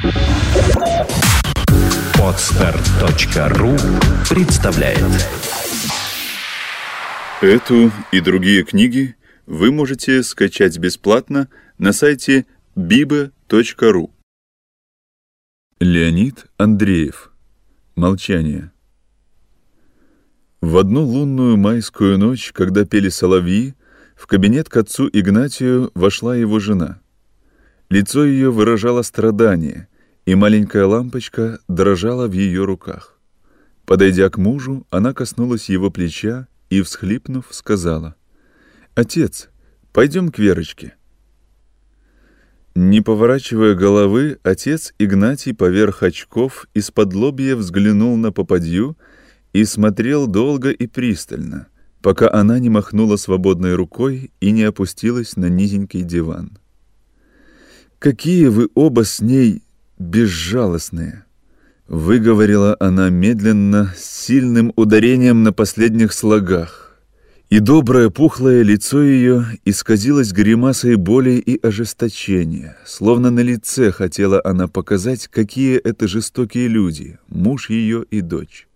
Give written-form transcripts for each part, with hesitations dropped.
Podster.ru представляет. Эту и другие книги вы можете скачать бесплатно на сайте bibe.ru. Леонид Андреев. Молчание. В одну лунную майскую ночь, когда пели соловьи, в кабинет к отцу Игнатию вошла его жена. Лицо ее выражало страдание, и маленькая лампочка дрожала в ее руках. Подойдя к мужу, она коснулась его плеча и, всхлипнув, сказала: «Отец, пойдем к Верочке». Не поворачивая головы, отец Игнатий поверх очков исподлобья взглянул на попадью и смотрел долго и пристально, пока она не махнула свободной рукой и не опустилась на низенький диван. «Какие вы оба с ней безжалостные!» — выговорила она медленно, с сильным ударением на последних слогах, и доброе пухлое лицо ее исказилось гримасой боли и ожесточения, словно на лице хотела она показать, какие это жестокие люди, муж ее и дочь.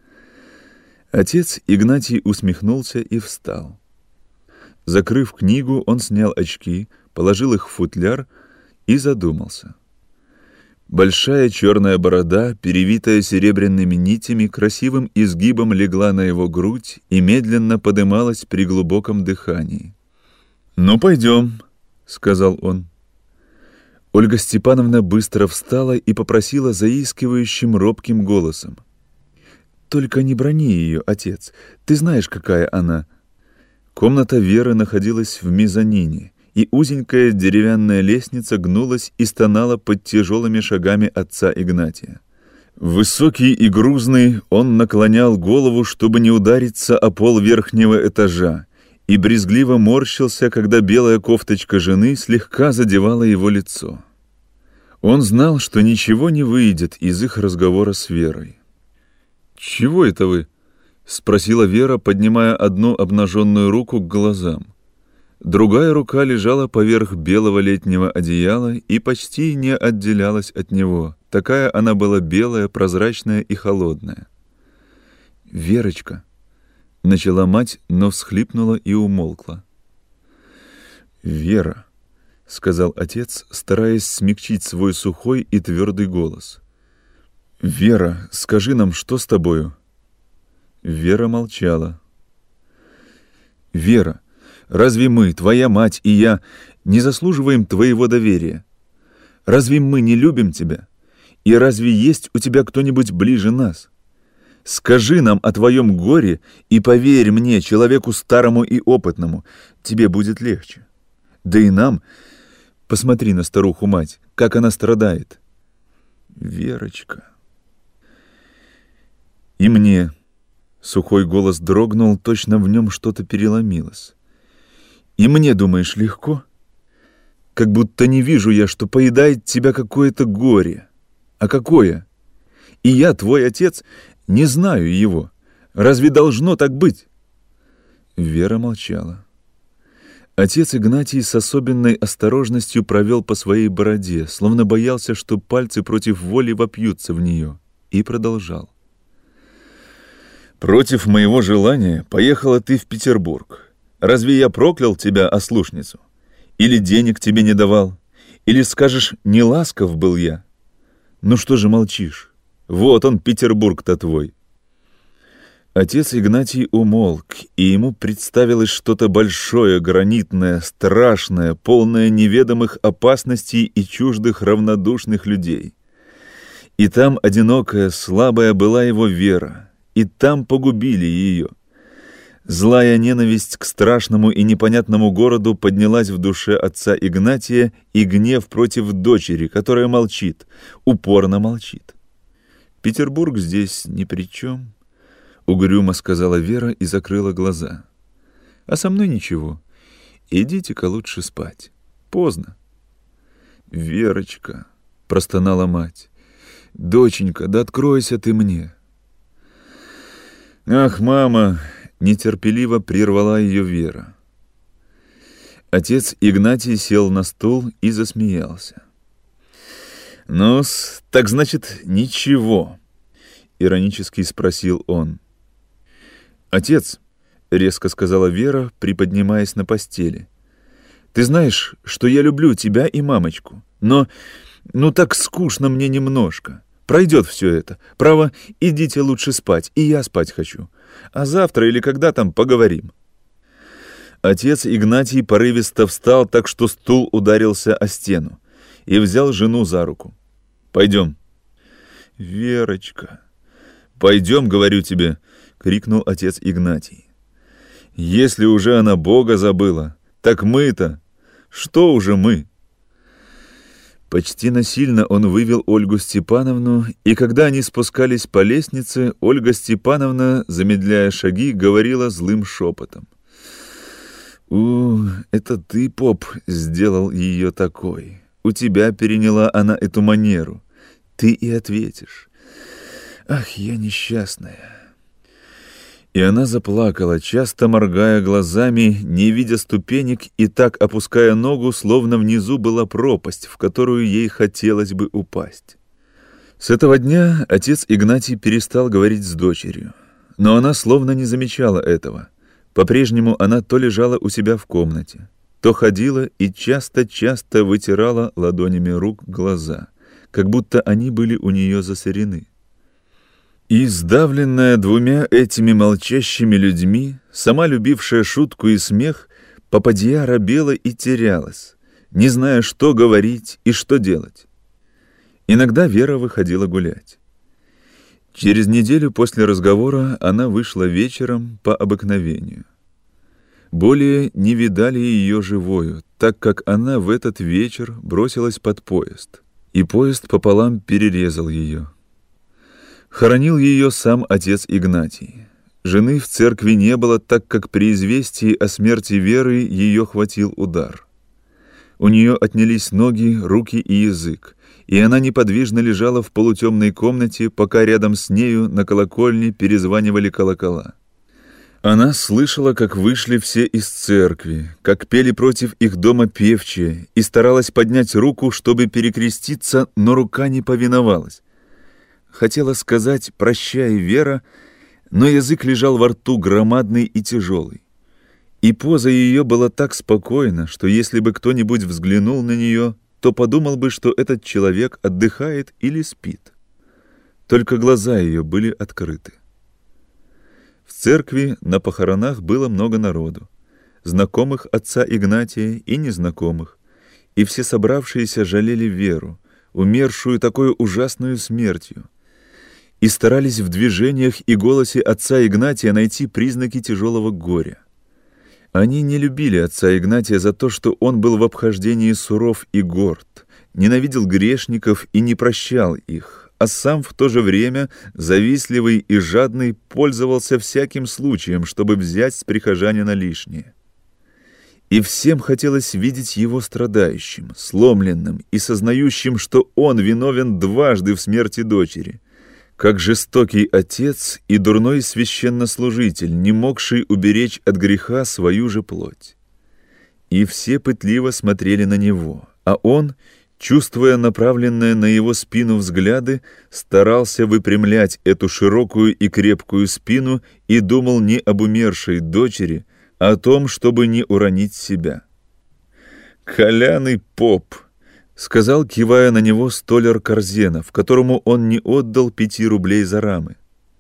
Отец Игнатий усмехнулся и встал. Закрыв книгу, он снял очки, положил их в футляр и задумался. Большая черная борода, перевитая серебряными нитями, красивым изгибом легла на его грудь и медленно подымалась при глубоком дыхании. «Ну, пойдем», — сказал он. Ольга Степановна быстро встала и попросила заискивающим робким голосом: «Только не брони ее, отец, ты знаешь, какая она». Комната Веры находилась в мезонине, и узенькая деревянная лестница гнулась и стонала под тяжелыми шагами отца Игнатия. Высокий и грузный, он наклонял голову, чтобы не удариться о пол верхнего этажа, и брезгливо морщился, когда белая кофточка жены слегка задевала его лицо. Он знал, что ничего не выйдет из их разговора с Верой. «Чего это вы?» — спросила Вера, поднимая одну обнаженную руку к глазам. Другая рука лежала поверх белого летнего одеяла и почти не отделялась от него. Такая она была белая, прозрачная и холодная. «Верочка», — начала мать, но всхлипнула и умолкла. «Вера», — сказал отец, стараясь смягчить свой сухой и твердый голос. «Вера, скажи нам, что с тобою?» Вера молчала. «Вера, разве мы, твоя мать и я, не заслуживаем твоего доверия? Разве мы не любим тебя? И разве есть у тебя кто-нибудь ближе нас? Скажи нам о твоем горе, и поверь мне, человеку старому и опытному, тебе будет легче. Да и нам, посмотри на старуху-мать, как она страдает. Верочка». «И мне», — сухой голос дрогнул, точно в нем что-то переломилось. «И мне, думаешь, легко? Как будто не вижу я, что поедает тебя какое-то горе. А какое? И я, твой отец, не знаю его. Разве должно так быть?» Вера молчала. Отец Игнатий с особенной осторожностью провел по своей бороде, словно боялся, что пальцы против воли вопьются в нее, и продолжал. «Против моего желания поехала ты в Петербург. Разве я проклял тебя, ослушницу? Или денег тебе не давал? Или скажешь, не ласков был я? Ну что же молчишь? Вот он, Петербург-то твой». Отец Игнатий умолк, и ему представилось что-то большое, гранитное, страшное, полное неведомых опасностей и чуждых равнодушных людей. И там одинокая, слабая была его Вера. И там погубили ее. Злая ненависть к страшному и непонятному городу поднялась в душе отца Игнатия, и гнев против дочери, которая молчит, упорно молчит. «Петербург здесь ни при чем», — угрюмо сказала Вера и закрыла глаза. «А со мной ничего. Идите-ка лучше спать. Поздно». «Верочка», — простонала мать, — «доченька, да откройся ты мне». «Ах, мама!» — нетерпеливо прервала ее Вера. Отец Игнатий сел на стул и засмеялся. «Ну-с, так значит, ничего», — иронически спросил он. «Отец», — резко сказала Вера, приподнимаясь на постели, — «ты знаешь, что я люблю тебя и мамочку, но так скучно мне немножко. Пройдет все это. Право, идите лучше спать, и я спать хочу. А завтра или когда там поговорим». Отец Игнатий порывисто встал, так что стул ударился о стену, и взял жену за руку. «Пойдем». «Верочка, пойдем, говорю тебе», — крикнул отец Игнатий. «Если уже она Бога забыла, так мы-то, что уже мы?» Почти насильно он вывел Ольгу Степановну, и когда они спускались по лестнице, Ольга Степановна, замедляя шаги, говорила злым шепотом: это ты, поп, сделал ее такой. У тебя переняла она эту манеру. Ты и ответишь: ах, я несчастная». И она заплакала, часто моргая глазами, не видя ступенек и так опуская ногу, словно внизу была пропасть, в которую ей хотелось бы упасть. С этого дня отец Игнатий перестал говорить с дочерью, но она словно не замечала этого. По-прежнему она то лежала у себя в комнате, то ходила и часто-часто вытирала ладонями рук глаза, как будто они были у нее засорены. И, сдавленная двумя этими молчащими людьми, сама любившая шутку и смех, попадья робела и терялась, не зная, что говорить и что делать. Иногда Вера выходила гулять. Через неделю после разговора она вышла вечером по обыкновению. Более не видали ее живою, так как она в этот вечер бросилась под поезд, и поезд пополам перерезал ее. Хоронил ее сам отец Игнатий. Жены в церкви не было, так как при известии о смерти Веры ее хватил удар. У нее отнялись ноги, руки и язык, и она неподвижно лежала в полутемной комнате, пока рядом с нею на колокольне перезванивали колокола. Она слышала, как вышли все из церкви, как пели против их дома певчие, и старалась поднять руку, чтобы перекреститься, но рука не повиновалась. Хотела сказать «прощай, Вера», но язык лежал во рту громадный и тяжелый. И поза ее была так спокойна, что если бы кто-нибудь взглянул на нее, то подумал бы, что этот человек отдыхает или спит. Только глаза ее были открыты. В церкви на похоронах было много народу, знакомых отца Игнатия и незнакомых, и все собравшиеся жалели Веру, умершую такой ужасную смертью, и старались в движениях и голосе отца Игнатия найти признаки тяжелого горя. Они не любили отца Игнатия за то, что он был в обхождении суров и горд, ненавидел грешников и не прощал их, а сам в то же время, завистливый и жадный, пользовался всяким случаем, чтобы взять с прихожанина лишнее. И всем хотелось видеть его страдающим, сломленным и сознающим, что он виновен дважды в смерти дочери, как жестокий отец и дурной священнослужитель, не могший уберечь от греха свою же плоть. И все пытливо смотрели на него, а он, чувствуя направленные на его спину взгляды, старался выпрямлять эту широкую и крепкую спину и думал не об умершей дочери, а о том, чтобы не уронить себя. «Коляный поп», — сказал, кивая на него, столяр Корзенов, которому он не отдал 5 рублей за рамы.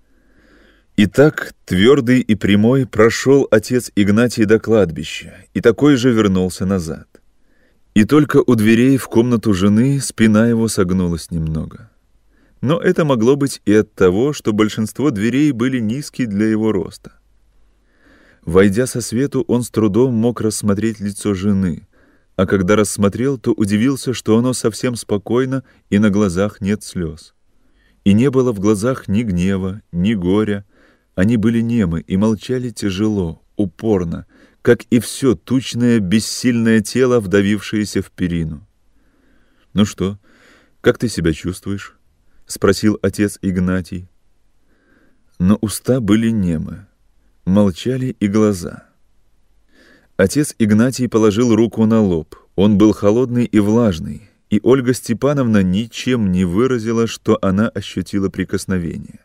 Итак, твердый и прямой прошел отец Игнатий до кладбища, и такой же вернулся назад. И только у дверей в комнату жены спина его согнулась немного. Но это могло быть и от того, что большинство дверей были низкие для его роста. Войдя со свету, он с трудом мог рассмотреть лицо жены, а когда рассмотрел, то удивился, что оно совсем спокойно и на глазах нет слез. И не было в глазах ни гнева, ни горя, они были немы и молчали тяжело, упорно, как и все тучное, бессильное тело, вдавившееся в перину. «Ну что, как ты себя чувствуешь?» — спросил отец Игнатий. Но уста были немы, молчали и глаза. Отец Игнатий положил руку на лоб. Он был холодный и влажный, и Ольга Степановна ничем не выразила, что она ощутила прикосновение.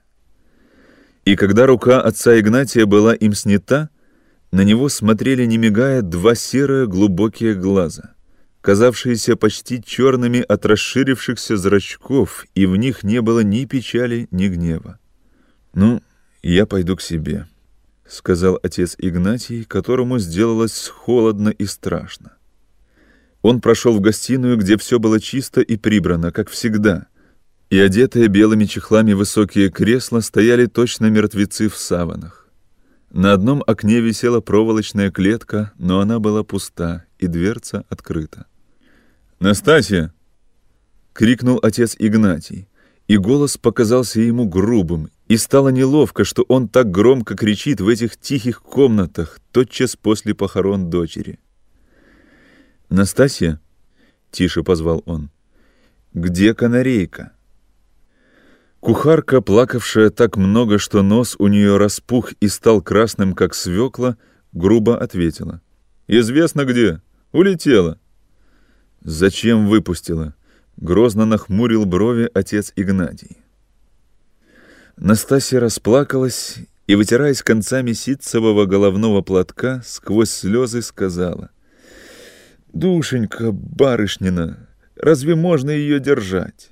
И когда рука отца Игнатия была им снята, на него смотрели, не мигая, два серые глубокие глаза, казавшиеся почти черными от расширившихся зрачков, и в них не было ни печали, ни гнева. «Ну, я пойду к себе», — сказал отец Игнатий, которому сделалось холодно и страшно. Он прошел в гостиную, где все было чисто и прибрано, как всегда, и одетые белыми чехлами высокие кресла стояли точно мертвецы в саванах. На одном окне висела проволочная клетка, но она была пуста, и дверца открыта. «Настасья!» — крикнул отец Игнатий, и голос показался ему грубым, и стало неловко, что он так громко кричит в этих тихих комнатах тотчас после похорон дочери. «Настасья!» — тише позвал он. «Где канарейка?» Кухарка, плакавшая так много, что нос у нее распух и стал красным, как свекла, грубо ответила. «Известно где. Улетела». «Зачем выпустила?» — грозно нахмурил брови отец Игнатий. Настасья расплакалась и, вытираясь концами ситцевого головного платка, сквозь слезы сказала: «Душенька барышнина, разве можно ее держать?»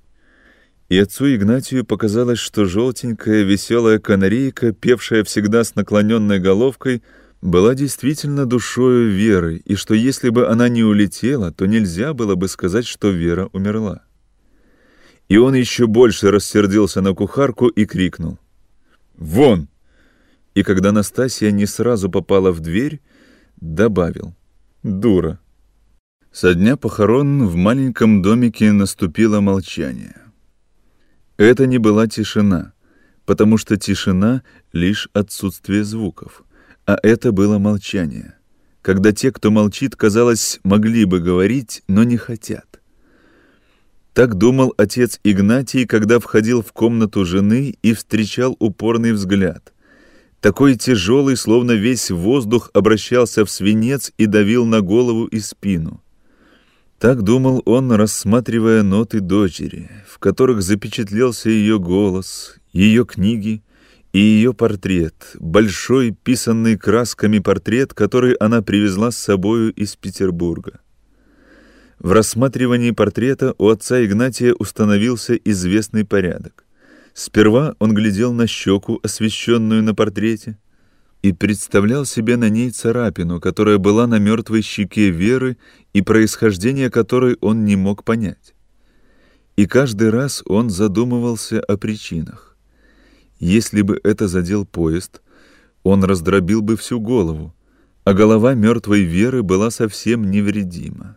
И отцу Игнатию показалось, что желтенькая веселая канарейка, певшая всегда с наклоненной головкой, была действительно душою Веры, и что если бы она не улетела, то нельзя было бы сказать, что Вера умерла. И он еще больше рассердился на кухарку и крикнул: «Вон!» И когда Настасья не сразу попала в дверь, добавил: «Дура!» Со дня похорон в маленьком домике наступило молчание. Это не была тишина, потому что тишина — лишь отсутствие звуков, а это было молчание, когда те, кто молчит, казалось, могли бы говорить, но не хотят. Так думал отец Игнатий, когда входил в комнату жены и встречал упорный взгляд, такой тяжелый, словно весь воздух обращался в свинец и давил на голову и спину. Так думал он, рассматривая ноты дочери, в которых запечатлелся ее голос, ее книги и ее портрет, большой, писанный красками портрет, который она привезла с собою из Петербурга. В рассматривании портрета у отца Игнатия установился известный порядок. Сперва он глядел на щеку, освещенную на портрете, и представлял себе на ней царапину, которая была на мертвой щеке Веры и происхождение которой он не мог понять. И каждый раз он задумывался о причинах. Если бы это задел поезд, он раздробил бы всю голову, а голова мертвой Веры была совсем невредима.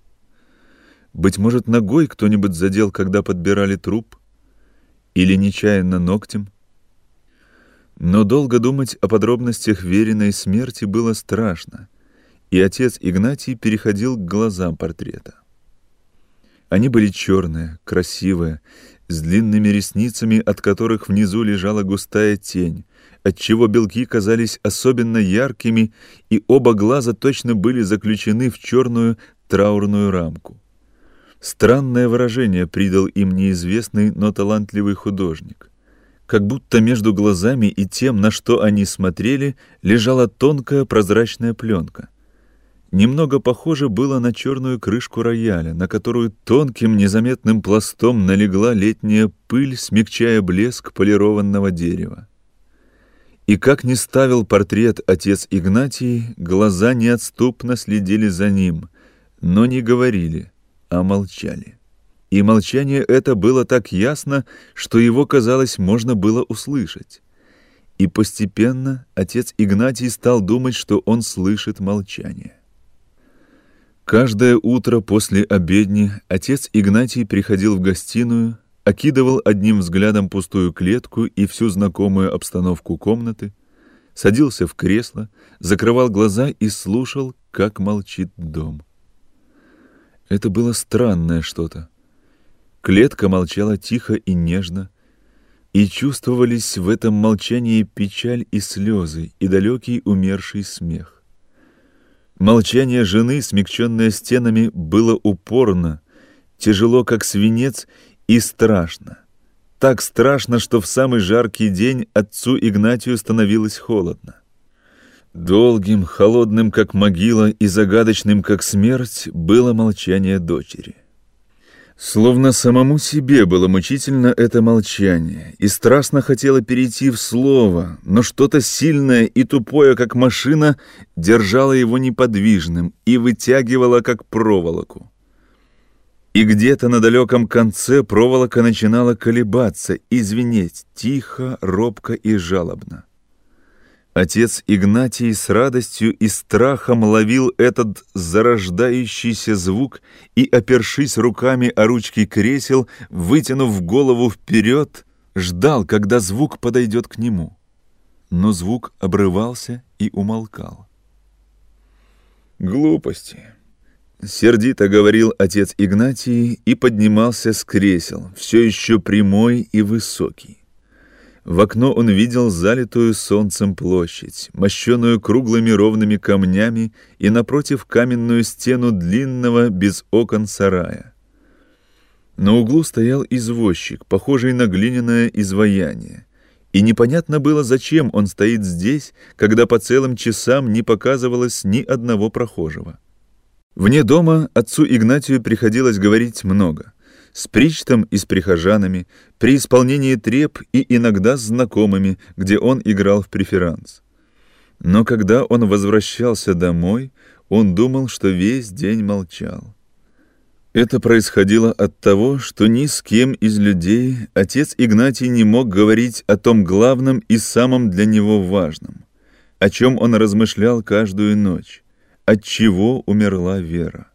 Быть может, ногой кто-нибудь задел, когда подбирали труп? Или нечаянно ногтем? Но долго думать о подробностях Вериной смерти было страшно, и отец Игнатий переходил к глазам портрета. Они были черные, красивые, с длинными ресницами, от которых внизу лежала густая тень, отчего белки казались особенно яркими, и оба глаза точно были заключены в черную траурную рамку. Странное выражение придал им неизвестный, но талантливый художник. Как будто между глазами и тем, на что они смотрели, лежала тонкая прозрачная пленка. Немного похоже было на черную крышку рояля, на которую тонким незаметным пластом налегла летняя пыль, смягчая блеск полированного дерева. И как ни ставил портрет отец Игнатий, глаза неотступно следили за ним, но не говорили, а молчали. И молчание это было так ясно, что его, казалось, можно было услышать. И постепенно отец Игнатий стал думать, что он слышит молчание. Каждое утро после обедни отец Игнатий приходил в гостиную, окидывал одним взглядом пустую клетку и всю знакомую обстановку комнаты, садился в кресло, закрывал глаза и слушал, как молчит дом. Это было странное что-то. Клетка молчала тихо и нежно, и чувствовались в этом молчании печаль и слезы, и далекий умерший смех. Молчание жены, смягченное стенами, было упорно, тяжело, как свинец, и страшно. Так страшно, что в самый жаркий день отцу Игнатию становилось холодно. Долгим, холодным, как могила, и загадочным, как смерть, было молчание дочери. Словно самому себе было мучительно это молчание, и страстно хотела перейти в слово, но что-то сильное и тупое, как машина, держало его неподвижным и вытягивало, как проволоку. И где-то на далеком конце проволока начинала колебаться и звенеть тихо, робко и жалобно. Отец Игнатий с радостью и страхом ловил этот зарождающийся звук и, опершись руками о ручки кресел, вытянув голову вперед, ждал, когда звук подойдет к нему. Но звук обрывался и умолкал. «Глупости!» — сердито говорил отец Игнатий и поднимался с кресел, все еще прямой и высокий. В окно он видел залитую солнцем площадь, мощенную круглыми ровными камнями, и напротив каменную стену длинного без окон сарая. На углу стоял извозчик, похожий на глиняное изваяние, и непонятно было, зачем он стоит здесь, когда по целым часам не показывалось ни одного прохожего. Вне дома отцу Игнатию приходилось говорить много. С причтом и с прихожанами, при исполнении треб и иногда с знакомыми, где он играл в преферанс. Но когда он возвращался домой, он думал, что весь день молчал. Это происходило от того, что ни с кем из людей отец Игнатий не мог говорить о том главном и самом для него важном, о чем он размышлял каждую ночь, от чего умерла Вера.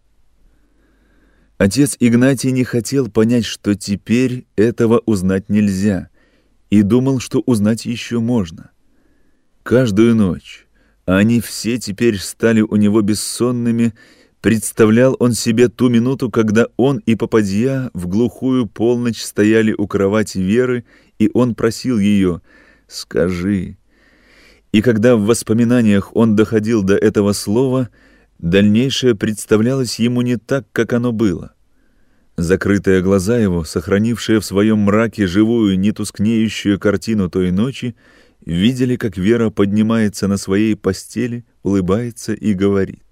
Отец Игнатий не хотел понять, что теперь этого узнать нельзя, и думал, что узнать еще можно. Каждую ночь, а они все теперь стали у него бессонными, представлял он себе ту минуту, когда он и попадья в глухую полночь стояли у кровати Веры, и он просил ее «Скажи». И когда в воспоминаниях он доходил до этого слова, дальнейшее представлялось ему не так, как оно было. Закрытые глаза его, сохранившие в своем мраке живую, нетускнеющую картину той ночи, видели, как Вера поднимается на своей постели, улыбается и говорит.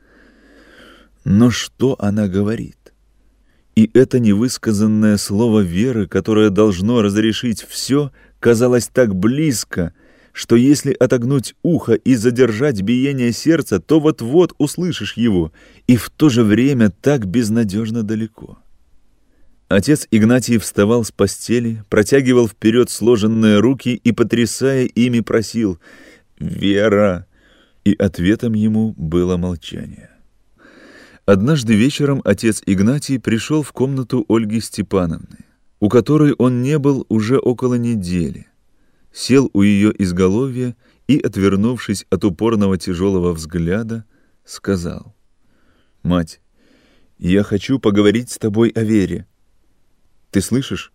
Но что она говорит? И это невысказанное слово Веры, которое должно разрешить все, казалось так близко, что если отогнуть ухо и задержать биение сердца, то вот-вот услышишь его, и в то же время так безнадежно далеко. Отец Игнатий вставал с постели, протягивал вперед сложенные руки и, потрясая ими, просил «Вера!», и ответом ему было молчание. Однажды вечером отец Игнатий пришел в комнату Ольги Степановны, у которой он не был уже около недели. Сел у ее изголовья и, отвернувшись от упорного тяжелого взгляда, сказал: «Мать, я хочу поговорить с тобой о Вере. Ты слышишь?»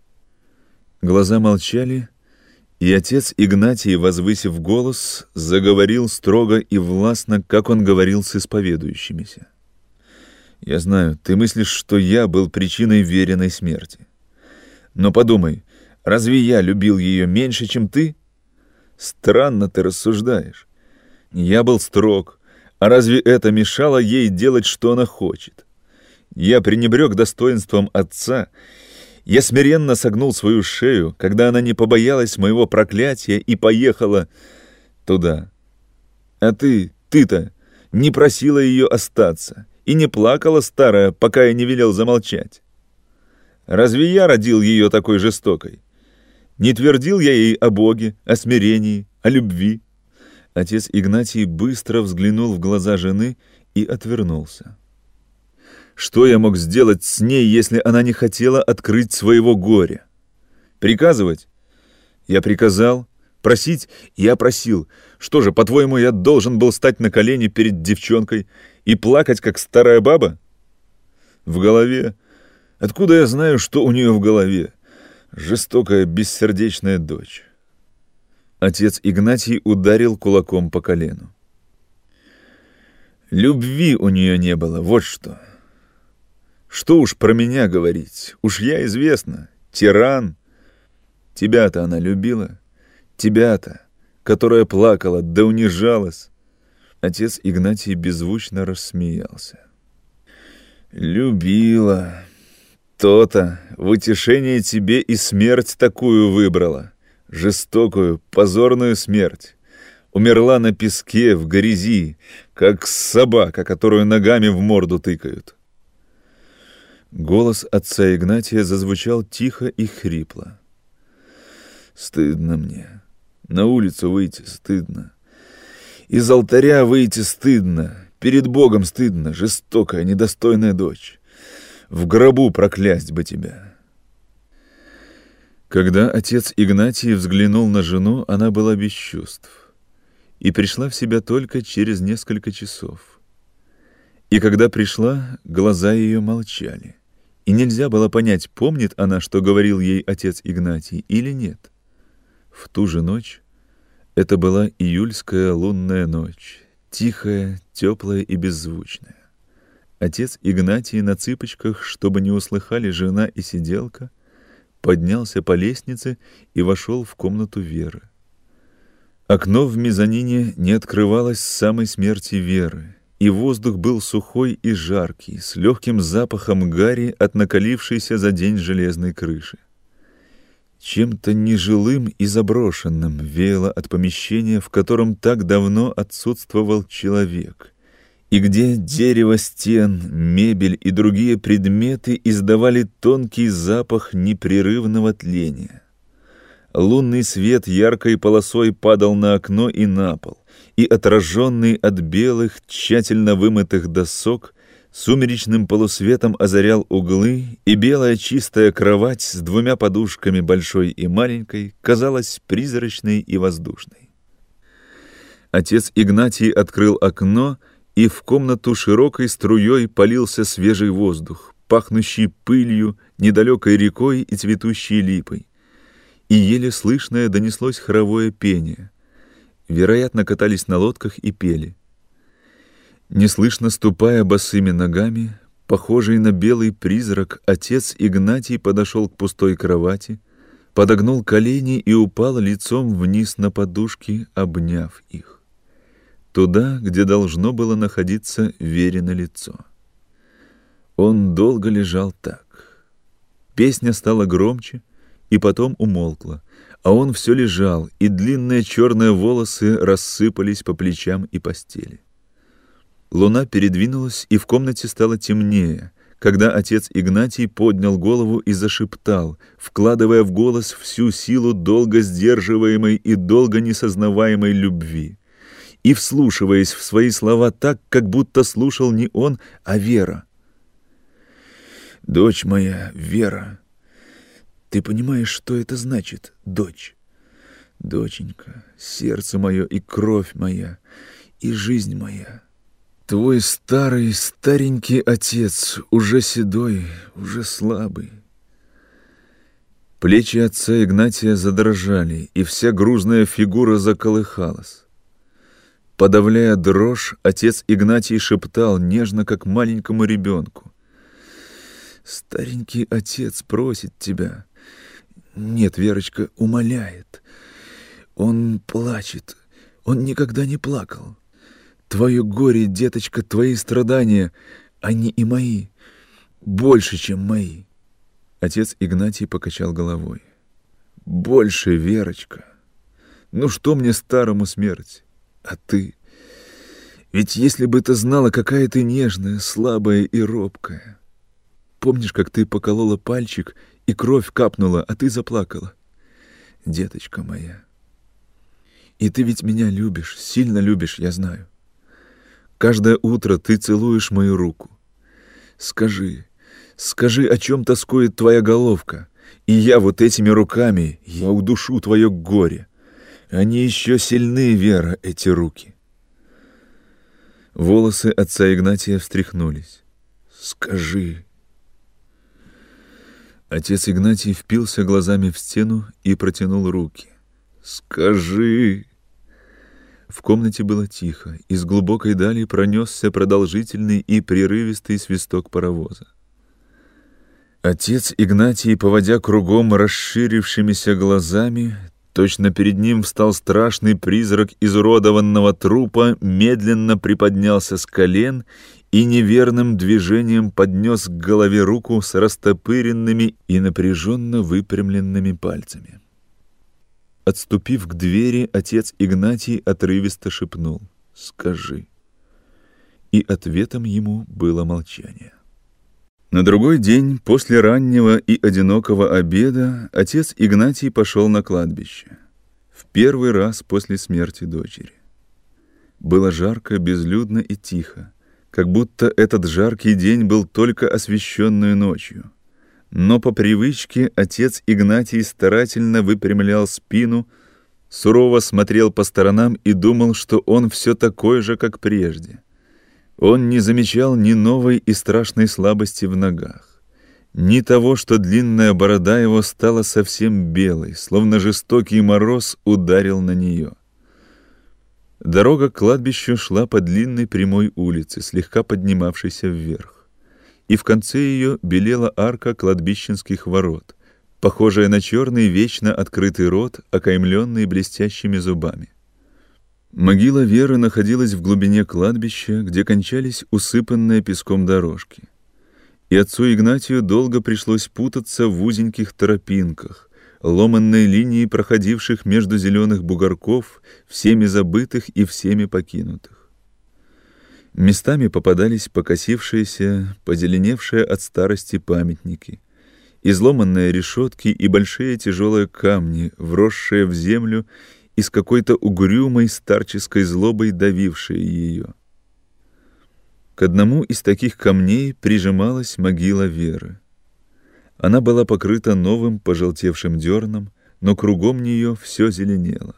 Глаза молчали, и отец Игнатий, возвысив голос, заговорил строго и властно, как он говорил с исповедующимися. «Я знаю, ты мыслишь, что я был причиной Вериной смерти. Но подумай, разве я любил ее меньше, чем ты? Странно ты рассуждаешь. Я был строг, а разве это мешало ей делать, что она хочет? Я пренебрег достоинством отца. Я смиренно согнул свою шею, когда она не побоялась моего проклятия и поехала туда. А ты-то не просила ее остаться и не плакала старая, пока я не велел замолчать. Разве я родил ее такой жестокой? Не твердил я ей о Боге, о смирении, о любви?» Отец Игнатий быстро взглянул в глаза жены и отвернулся. «Что я мог сделать с ней, если она не хотела открыть своего горя? Приказывать? Я приказал. Просить? Я просил. Что же, по-твоему, я должен был стать на колени перед девчонкой и плакать, как старая баба? В голове? Откуда я знаю, что у нее в голове? Жестокая, бессердечная дочь». Отец Игнатий ударил кулаком по колену. «Любви у нее не было, вот что. Что уж про меня говорить, уж я известно, тиран. Тебя-то она любила, тебя-то, которая плакала да унижалась. Отец Игнатий беззвучно рассмеялся. Любила. То-то в утешение тебе и смерть такую выбрала, жестокую, позорную смерть. Умерла на песке, в грязи, как собака, которую ногами в морду тыкают. Голос отца Игнатия зазвучал тихо и хрипло. Стыдно мне. На улицу выйти стыдно. Из алтаря выйти стыдно. Перед Богом стыдно, жестокая, недостойная дочь. В гробу проклясть бы тебя. Когда отец Игнатий взглянул на жену, она была без чувств и пришла в себя только через несколько часов. И когда пришла, глаза ее молчали, и нельзя было понять, помнит она, что говорил ей отец Игнатий, или нет. В ту же ночь, это была июльская лунная ночь, тихая, теплая и беззвучная. Отец Игнатий на цыпочках, чтобы не услыхали жена и сиделка, поднялся по лестнице и вошел в комнату Веры. Окно в мезонине не открывалось с самой смерти Веры, и воздух был сухой и жаркий, с легким запахом гари от накалившейся за день железной крыши. Чем-то нежилым и заброшенным веяло от помещения, в котором так давно отсутствовал человек, и где дерево стен, мебель и другие предметы издавали тонкий запах непрерывного тления. Лунный свет яркой полосой падал на окно и на пол, и, отраженный от белых, тщательно вымытых досок, сумеречным полусветом озарял углы, и белая чистая кровать с двумя подушками, большой и маленькой, казалась призрачной и воздушной. Отец Игнатий открыл окно, и в комнату широкой струей полился свежий воздух, пахнущий пылью, недалекой рекой и цветущей липой. И еле слышное донеслось хоровое пение. Вероятно, катались на лодках и пели. Неслышно ступая босыми ногами, похожий на белый призрак, отец Игнатий подошел к пустой кровати, подогнул колени и упал лицом вниз на подушки, обняв их. Туда, где должно было находиться Верино лицо. Он долго лежал так. Песня стала громче и потом умолкла, а он все лежал, и длинные черные волосы рассыпались по плечам и постели. Луна передвинулась, и в комнате стало темнее, когда отец Игнатий поднял голову и зашептал, вкладывая в голос всю силу долго сдерживаемой и долго несознаваемой любви, и вслушиваясь в свои слова так, как будто слушал не он, а Вера. «Дочь моя, Вера, ты понимаешь, что это значит, дочь? Доченька, сердце мое и кровь моя, и жизнь моя. Твой старый, старенький отец, уже седой, уже слабый». Плечи отца Игнатия задрожали, и вся грузная фигура заколыхалась. Подавляя дрожь, отец Игнатий шептал нежно, как маленькому ребенку. «Старенький отец просит тебя. Нет, Верочка, умоляет. Он плачет. Он никогда не плакал. Твое горе, деточка, твои страдания, они и мои. Больше, чем мои». Отец Игнатий покачал головой. «Больше, Верочка. Ну что мне старому смерть? А ты? Ведь если бы ты знала, какая ты нежная, слабая и робкая. Помнишь, как ты поколола пальчик, и кровь капнула, а ты заплакала? Деточка моя. И ты ведь меня любишь, сильно любишь, я знаю. Каждое утро ты целуешь мою руку. Скажи, о чем тоскует твоя головка, и я вот этими руками, я удушу твое горе. Они еще сильны, Вера, эти руки». Волосы отца Игнатия встряхнулись. «Скажи». Отец Игнатий впился глазами в стену и протянул руки. «Скажи». В комнате было тихо, из глубокой дали пронесся продолжительный и прерывистый свисток паровоза. Отец Игнатий, поводя кругом расширившимися глазами, точно перед ним встал страшный призрак изуродованного трупа, медленно приподнялся с колен и неверным движением поднес к голове руку с растопыренными и напряженно выпрямленными пальцами. Отступив к двери, отец Игнатий отрывисто шепнул: «Скажи». И ответом ему было молчание. На другой день, после раннего и одинокого обеда, отец Игнатий пошел на кладбище. В первый раз после смерти дочери. Было жарко, безлюдно и тихо, как будто этот жаркий день был только освещенную ночью. Но по привычке отец Игнатий старательно выпрямлял спину, сурово смотрел по сторонам и думал, что он все такой же, как прежде. Он не замечал ни новой и страшной слабости в ногах, ни того, что длинная борода его стала совсем белой, словно жестокий мороз ударил на нее. Дорога к кладбищу шла по длинной прямой улице, слегка поднимавшейся вверх, и в конце ее белела арка кладбищенских ворот, похожая на черный вечно открытый рот, окаймленный блестящими зубами. Могила Веры находилась в глубине кладбища, где кончались усыпанные песком дорожки. И отцу Игнатию долго пришлось путаться в узеньких тропинках, ломанной линии проходивших между зеленых бугорков, всеми забытых и всеми покинутых. Местами попадались покосившиеся, позеленевшие от старости памятники, изломанные решетки и большие тяжелые камни, вросшие в землю и с какой-то угрюмой старческой злобой давившие ее. К одному из таких камней прижималась могила Веры. Она была покрыта новым пожелтевшим дерном, но кругом нее все зеленело.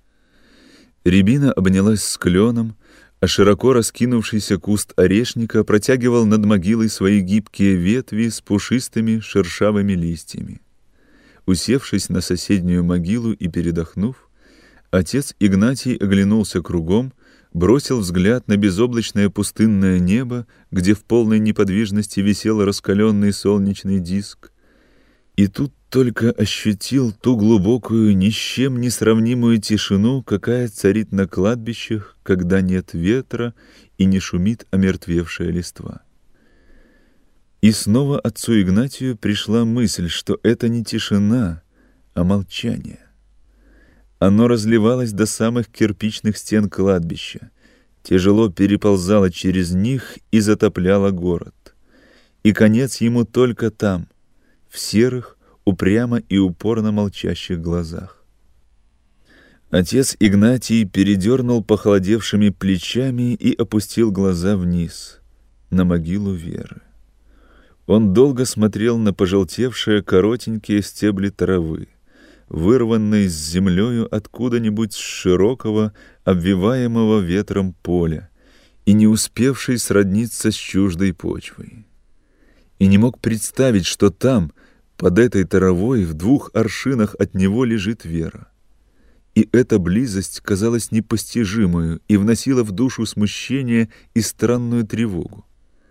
Рябина обнялась с кленом, а широко раскинувшийся куст орешника протягивал над могилой свои гибкие ветви с пушистыми шершавыми листьями. Усевшись на соседнюю могилу и передохнув, отец Игнатий оглянулся кругом, бросил взгляд на безоблачное пустынное небо, где в полной неподвижности висел раскаленный солнечный диск, и тут только ощутил ту глубокую, ни с чем не сравнимую тишину, какая царит на кладбищах, когда нет ветра и не шумит омертвевшая листва. И снова отцу Игнатию пришла мысль, что это не тишина, а молчание. Оно разливалось до самых кирпичных стен кладбища, тяжело переползало через них и затопляло город. И конец ему только там, в серых, упрямо и упорно молчащих глазах. Отец Игнатий передернул похолодевшими плечами и опустил глаза вниз, на могилу Веры. Он долго смотрел на пожелтевшие коротенькие стебли травы, вырванный с землею откуда-нибудь с широкого, обвиваемого ветром поля, и не успевший сродниться с чуждой почвой. И не мог представить, что там, под этой травой, в 2 аршинах от него лежит Вера. И эта близость казалась непостижимою и вносила в душу смущение и странную тревогу.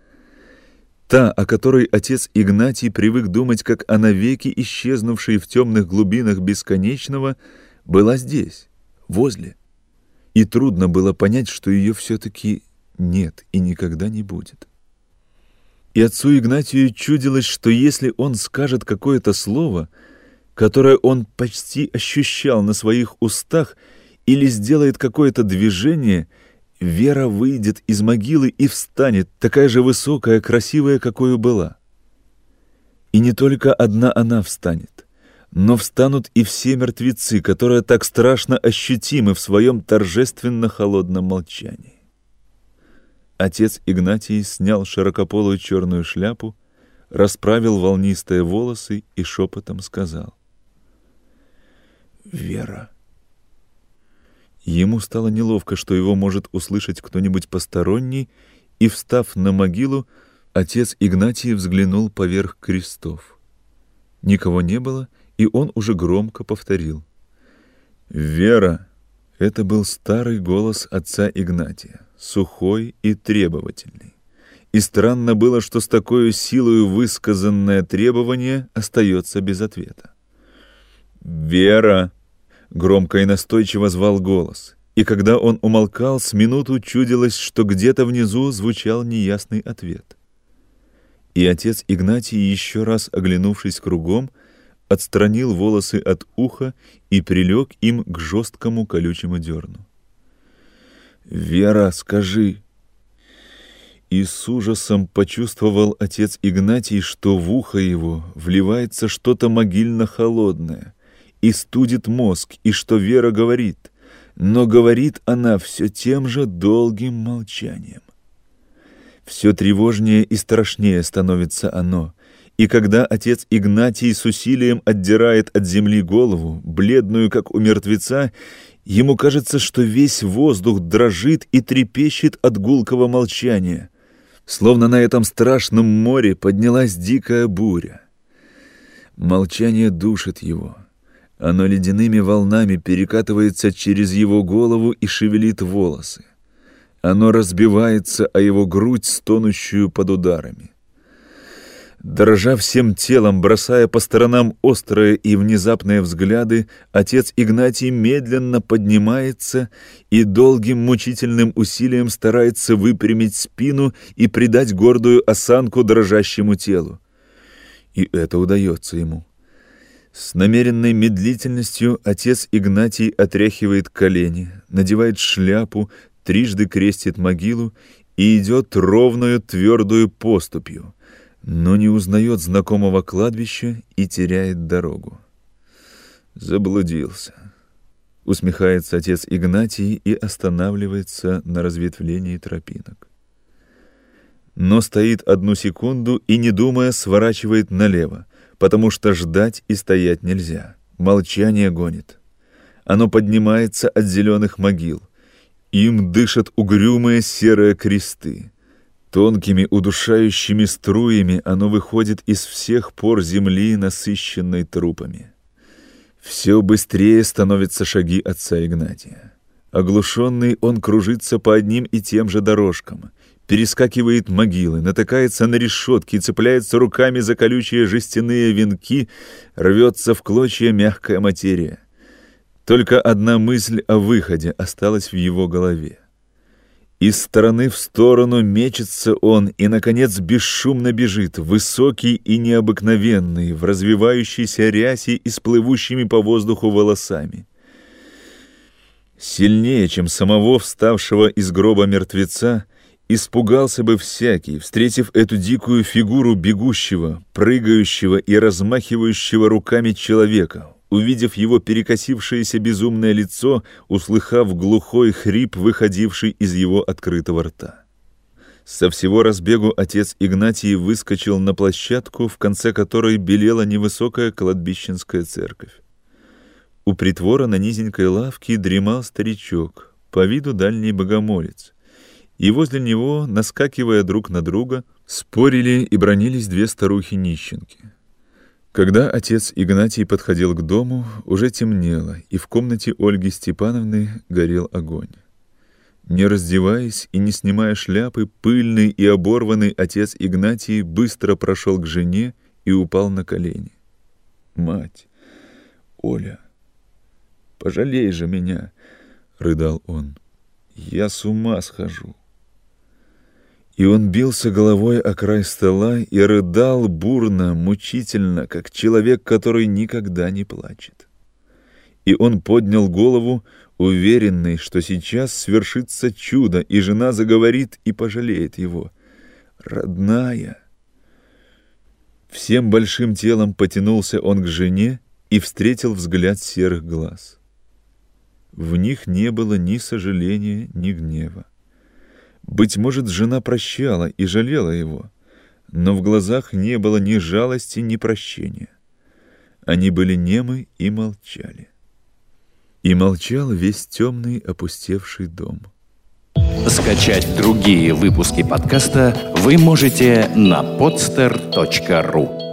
Та, о которой отец Игнатий привык думать как о навеки исчезнувшей в темных глубинах бесконечного, была здесь, возле. И трудно было понять, что ее все-таки нет и никогда не будет. И отцу Игнатию чудилось, что если он скажет какое-то слово, которое он почти ощущал на своих устах, или сделает какое-то движение, Вера выйдет из могилы и встанет, такая же высокая, красивая, какой была. И не только одна она встанет, но встанут и все мертвецы, которые так страшно ощутимы в своем торжественно-холодном молчании. Отец Игнатий снял широкополую черную шляпу, расправил волнистые волосы и шепотом сказал: «Вера». Ему стало неловко, что его может услышать кто-нибудь посторонний, и, встав на могилу, отец Игнатий взглянул поверх крестов. Никого не было, и он уже громко повторил: «Вера!» Это был старый голос отца Игнатия, сухой и требовательный. и странно было, что с такой силой высказанное требование остается без ответа. «Вера!» — громко и настойчиво звал голос, и когда он умолкал, с минуту чудилось, что где-то внизу звучал неясный ответ. И отец Игнатий, еще раз оглянувшись кругом, отстранил волосы от уха и прилег им к жесткому колючему дерну. «Вера, скажи!» И с ужасом почувствовал отец Игнатий, что в ухо его вливается что-то могильно-холодное и студит мозг, и что Вера говорит, но говорит она все тем же долгим молчанием. Все тревожнее и страшнее становится оно, и когда отец Игнатий с усилием отдирает от земли голову, бледную, как у мертвеца, ему кажется, что весь воздух дрожит и трепещет от гулкого молчания, словно на этом страшном море поднялась дикая буря. Молчание душит его. Оно ледяными волнами перекатывается через его голову и шевелит волосы. Оно разбивается о его грудь, стонущую под ударами. Дрожа всем телом, бросая по сторонам острые и внезапные взгляды, отец Игнатий медленно поднимается и долгим мучительным усилием старается выпрямить спину и придать гордую осанку дрожащему телу. И это удается ему. С намеренной медлительностью отец Игнатий отряхивает колени, надевает шляпу, трижды крестит могилу и идет ровною твердую поступью, но не узнает знакомого кладбища и теряет дорогу. «Заблудился», — усмехается отец Игнатий и останавливается на разветвлении тропинок. Но стоит одну секунду и, не думая, сворачивает налево, потому что ждать и стоять нельзя. Молчание гонит. Оно поднимается от зеленых могил. Им дышат угрюмые серые кресты. Тонкими удушающими струями оно выходит из всех пор земли, насыщенной трупами. Все быстрее становятся шаги отца Игнатия. Оглушенный он кружится по одним и тем же дорожкам, перескакивает могилы, натыкается на решетки, цепляется руками за колючие жестяные венки, рвется в клочья мягкая материя. Только одна мысль о выходе осталась в его голове. Из стороны в сторону мечется он и, наконец, бесшумно бежит, высокий и необыкновенный, в развивающейся рясе и с плывущими по воздуху волосами. Сильнее, чем самого вставшего из гроба мертвеца, испугался бы всякий, встретив эту дикую фигуру бегущего, прыгающего и размахивающего руками человека, увидев его перекосившееся безумное лицо, услыхав глухой хрип, выходивший из его открытого рта. Со всего разбегу отец Игнатий выскочил на площадку, в конце которой белела невысокая кладбищенская церковь. У притвора на низенькой лавке дремал старичок, по виду дальний богомолец, и возле него, наскакивая друг на друга, спорили и бранились две старухи-нищенки. Когда отец Игнатий подходил к дому, уже темнело, и в комнате Ольги Степановны горел огонь. Не раздеваясь и не снимая шляпы, пыльный и оборванный отец Игнатий быстро прошел к жене и упал на колени. «Мать, Оля, пожалей же меня!» — рыдал он. «Я с ума схожу!» И он бился головой о край стола и рыдал бурно, мучительно, как человек, который никогда не плачет. И он поднял голову, уверенный, что сейчас свершится чудо, и жена заговорит и пожалеет его. «Родная!» Всем большим телом потянулся он к жене и встретил взгляд серых глаз. В них не было ни сожаления, ни гнева. Быть может, жена прощала и жалела его, но в глазах не было ни жалости, ни прощения. Они были немы и молчали. И молчал весь темный опустевший дом. Скачать другие выпуски подкаста вы можете на podster.ru.